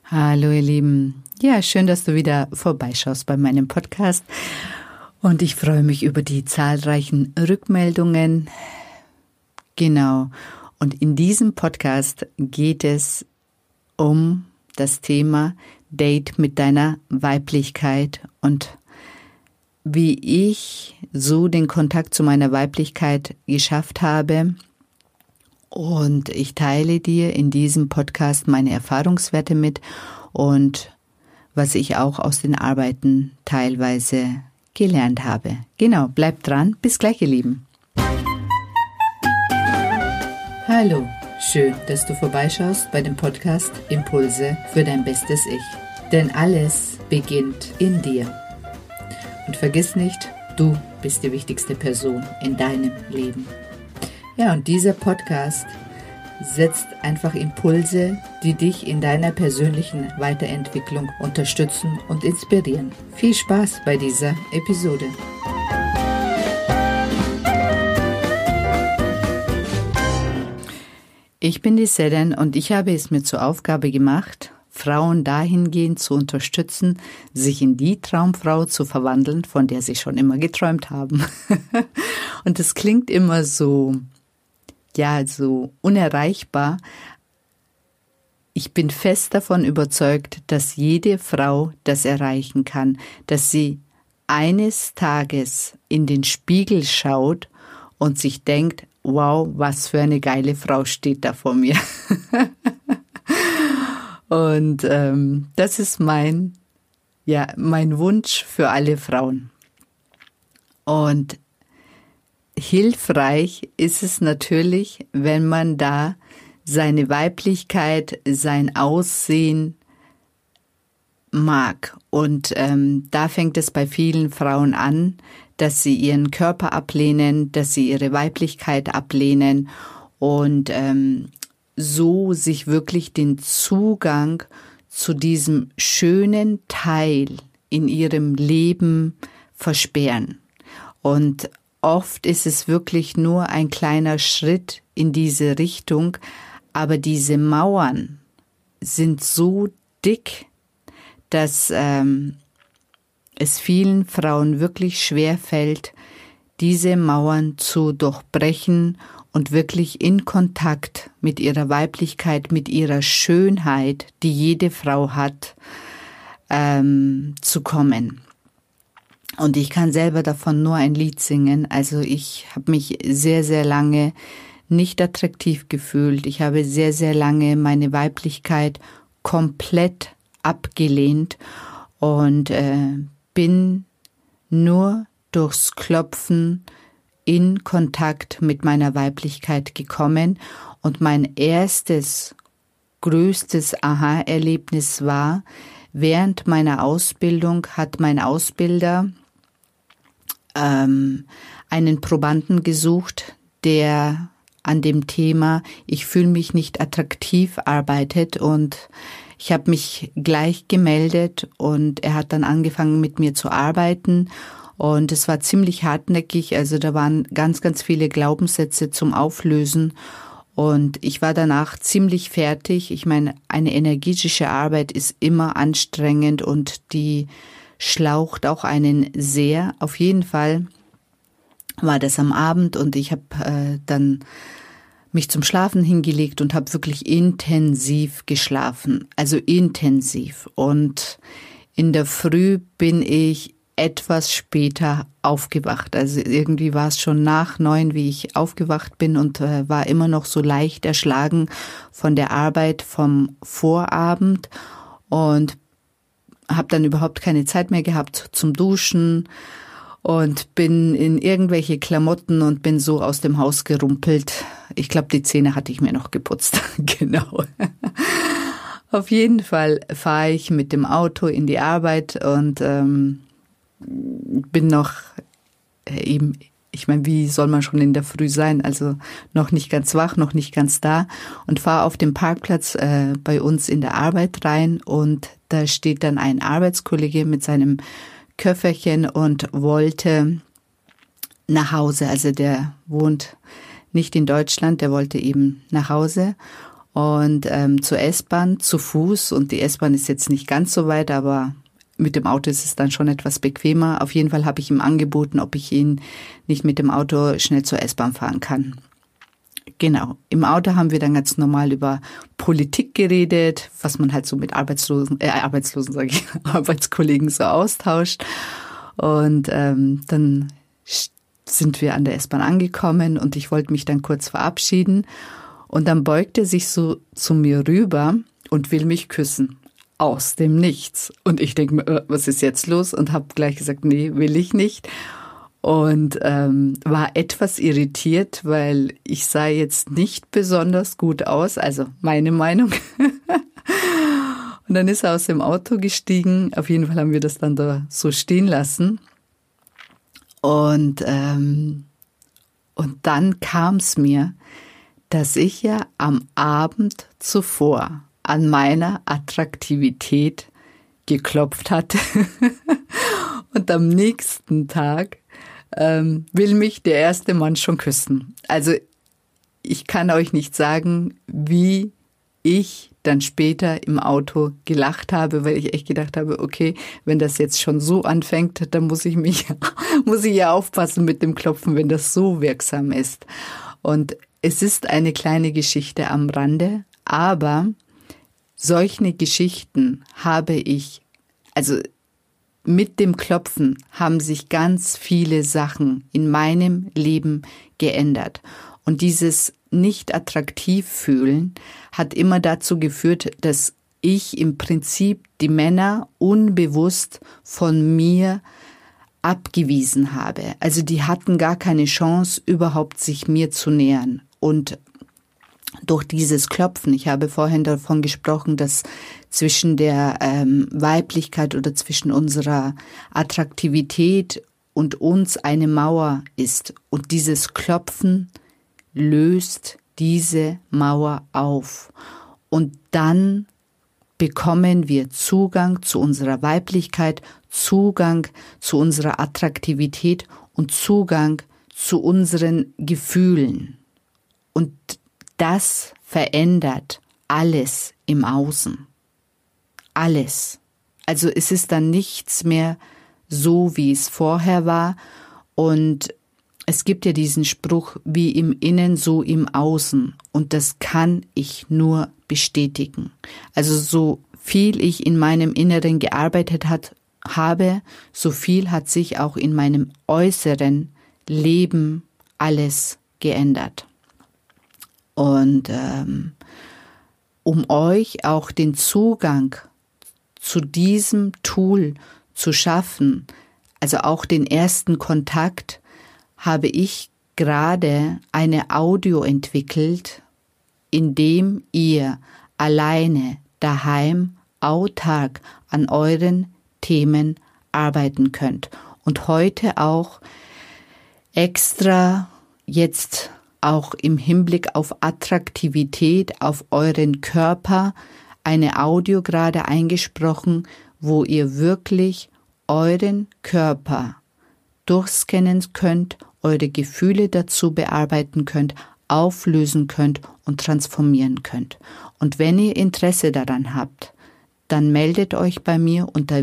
Hallo ihr Lieben. Ja, schön, dass du wieder vorbeischaust bei meinem Podcast. Und ich freue mich über die zahlreichen Rückmeldungen. Genau. Und in diesem Podcast geht es um das Thema Date mit deiner Weiblichkeit und wie ich so den Kontakt zu meiner Weiblichkeit geschafft habe. Und ich teile dir in diesem Podcast meine Erfahrungswerte mit und was ich auch aus den Arbeiten teilweise gelernt habe. Genau, bleib dran. Bis gleich, ihr Lieben. Hallo, schön, dass du vorbeischaust bei dem Podcast Impulse für dein bestes Ich. Denn alles beginnt in dir. Und vergiss nicht, du bist die wichtigste Person in deinem Leben. Ja, und dieser Podcast setzt einfach Impulse, die dich in deiner persönlichen Weiterentwicklung unterstützen und inspirieren. Viel Spaß bei dieser Episode. Ich bin die Seren und ich habe es mir zur Aufgabe gemacht, Frauen dahingehend zu unterstützen, sich in die Traumfrau zu verwandeln, von der sie schon immer geträumt haben. Und das klingt immer so unerreichbar. Ich bin fest davon überzeugt, dass jede Frau das erreichen kann, dass sie eines Tages in den Spiegel schaut und sich denkt, wow, was für eine geile Frau steht da vor mir. Und das ist mein Wunsch für alle Frauen. Und hilfreich ist es natürlich, wenn man da seine Weiblichkeit, sein Aussehen mag. Und da fängt es bei vielen Frauen an, dass sie ihren Körper ablehnen, dass sie ihre Weiblichkeit ablehnen und so sich wirklich den Zugang zu diesem schönen Teil in ihrem Leben versperren. Und oft ist es wirklich nur ein kleiner Schritt in diese Richtung, aber diese Mauern sind so dick, dass es vielen Frauen wirklich schwer fällt, diese Mauern zu durchbrechen und wirklich in Kontakt mit ihrer Weiblichkeit, mit ihrer Schönheit, die jede Frau hat, zu kommen. Und ich kann selber davon nur ein Lied singen. Also ich habe mich sehr, sehr lange nicht attraktiv gefühlt. Ich habe sehr, sehr lange meine Weiblichkeit komplett abgelehnt und bin nur durchs Klopfen in Kontakt mit meiner Weiblichkeit gekommen. Und mein erstes, größtes Aha-Erlebnis war, während meiner Ausbildung hat mein Ausbilder einen Probanden gesucht, der an dem Thema "Ich fühle mich nicht attraktiv" arbeitet, und ich habe mich gleich gemeldet und er hat dann angefangen mit mir zu arbeiten und es war ziemlich hartnäckig, also da waren ganz, ganz viele Glaubenssätze zum Auflösen und ich war danach ziemlich fertig. Ich meine, eine energetische Arbeit ist immer anstrengend und die schlaucht auch einen sehr. Auf jeden Fall war das am Abend und ich habe dann mich zum Schlafen hingelegt und habe wirklich intensiv geschlafen, also intensiv. Und in der Früh bin ich etwas später aufgewacht. Also irgendwie war es schon nach 9, wie ich aufgewacht bin und war immer noch so leicht erschlagen von der Arbeit vom Vorabend und habe dann überhaupt keine Zeit mehr gehabt zum Duschen und bin in irgendwelche Klamotten und bin so aus dem Haus gerumpelt. Ich glaube, die Zähne hatte ich mir noch geputzt. Genau. Auf jeden Fall fahre ich mit dem Auto in die Arbeit und bin noch eben, ich meine, wie soll man schon in der Früh sein? Also noch nicht ganz wach, noch nicht ganz da und fahre auf dem Parkplatz bei uns in der Arbeit rein und da steht dann ein Arbeitskollege mit seinem Köfferchen und wollte nach Hause. Also der wohnt nicht in Deutschland, der wollte eben nach Hause und zur S-Bahn zu Fuß. Und die S-Bahn ist jetzt nicht ganz so weit, aber mit dem Auto ist es dann schon etwas bequemer. Auf jeden Fall habe ich ihm angeboten, ob ich ihn nicht mit dem Auto schnell zur S-Bahn fahren kann. Genau. Im Auto haben wir dann ganz normal über Politik geredet, was man halt so mit Arbeitskollegen so austauscht. Und dann sind wir an der S-Bahn angekommen und ich wollte mich dann kurz verabschieden. Und dann beugt er sich so zu mir rüber und will mich küssen. Aus dem Nichts. Und ich denke mir, was ist jetzt los? Und habe gleich gesagt, nee, will ich nicht. Und war etwas irritiert, weil ich sah jetzt nicht besonders gut aus, also meine Meinung. Und dann ist er aus dem Auto gestiegen. Auf jeden Fall haben wir das dann da so stehen lassen. Und dann kam es mir, dass ich ja am Abend zuvor an meiner Attraktivität geklopft hatte. Und am nächsten Tag will mich der erste Mann schon küssen. Also ich kann euch nicht sagen, wie ich dann später im Auto gelacht habe, weil ich echt gedacht habe, okay, wenn das jetzt schon so anfängt, dann muss ich ja aufpassen mit dem Klopfen, wenn das so wirksam ist. Und es ist eine kleine Geschichte am Rande, aber solche Geschichten habe ich, also mit dem Klopfen haben sich ganz viele Sachen in meinem Leben geändert. Und dieses nicht attraktiv fühlen hat immer dazu geführt, dass ich im Prinzip die Männer unbewusst von mir abgewiesen habe. Also die hatten gar keine Chance, überhaupt sich mir zu nähern. Und durch dieses Klopfen, ich habe vorhin davon gesprochen, dass zwischen der Weiblichkeit oder zwischen unserer Attraktivität und uns eine Mauer ist. Und dieses Klopfen löst diese Mauer auf. Und dann bekommen wir Zugang zu unserer Weiblichkeit, Zugang zu unserer Attraktivität und Zugang zu unseren Gefühlen. Und das verändert alles im Außen. Alles. Also es ist dann nichts mehr so, wie es vorher war. Und es gibt ja diesen Spruch, wie im Innen, so im Außen. Und das kann ich nur bestätigen. Also so viel ich in meinem Inneren gearbeitet habe, so viel hat sich auch in meinem äußeren Leben alles geändert. Und um euch auch den Zugang zu diesem Tool zu schaffen, also auch den ersten Kontakt, habe ich gerade eine Audio entwickelt, in dem ihr alleine daheim autark an euren Themen arbeiten könnt. Und heute auch extra jetzt auch im Hinblick auf Attraktivität, auf euren Körper, eine Audio gerade eingesprochen, wo ihr wirklich euren Körper durchscannen könnt, eure Gefühle dazu bearbeiten könnt, auflösen könnt und transformieren könnt. Und wenn ihr Interesse daran habt, dann meldet euch bei mir unter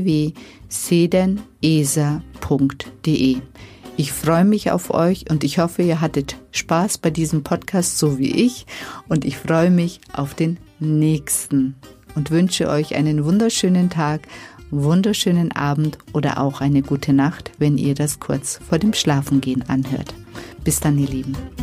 www.sedenesa.de. Ich freue mich auf euch und ich hoffe, ihr hattet Spaß bei diesem Podcast, so wie ich. Und ich freue mich auf den nächsten und wünsche euch einen wunderschönen Tag, wunderschönen Abend oder auch eine gute Nacht, wenn ihr das kurz vor dem Schlafengehen anhört. Bis dann, ihr Lieben.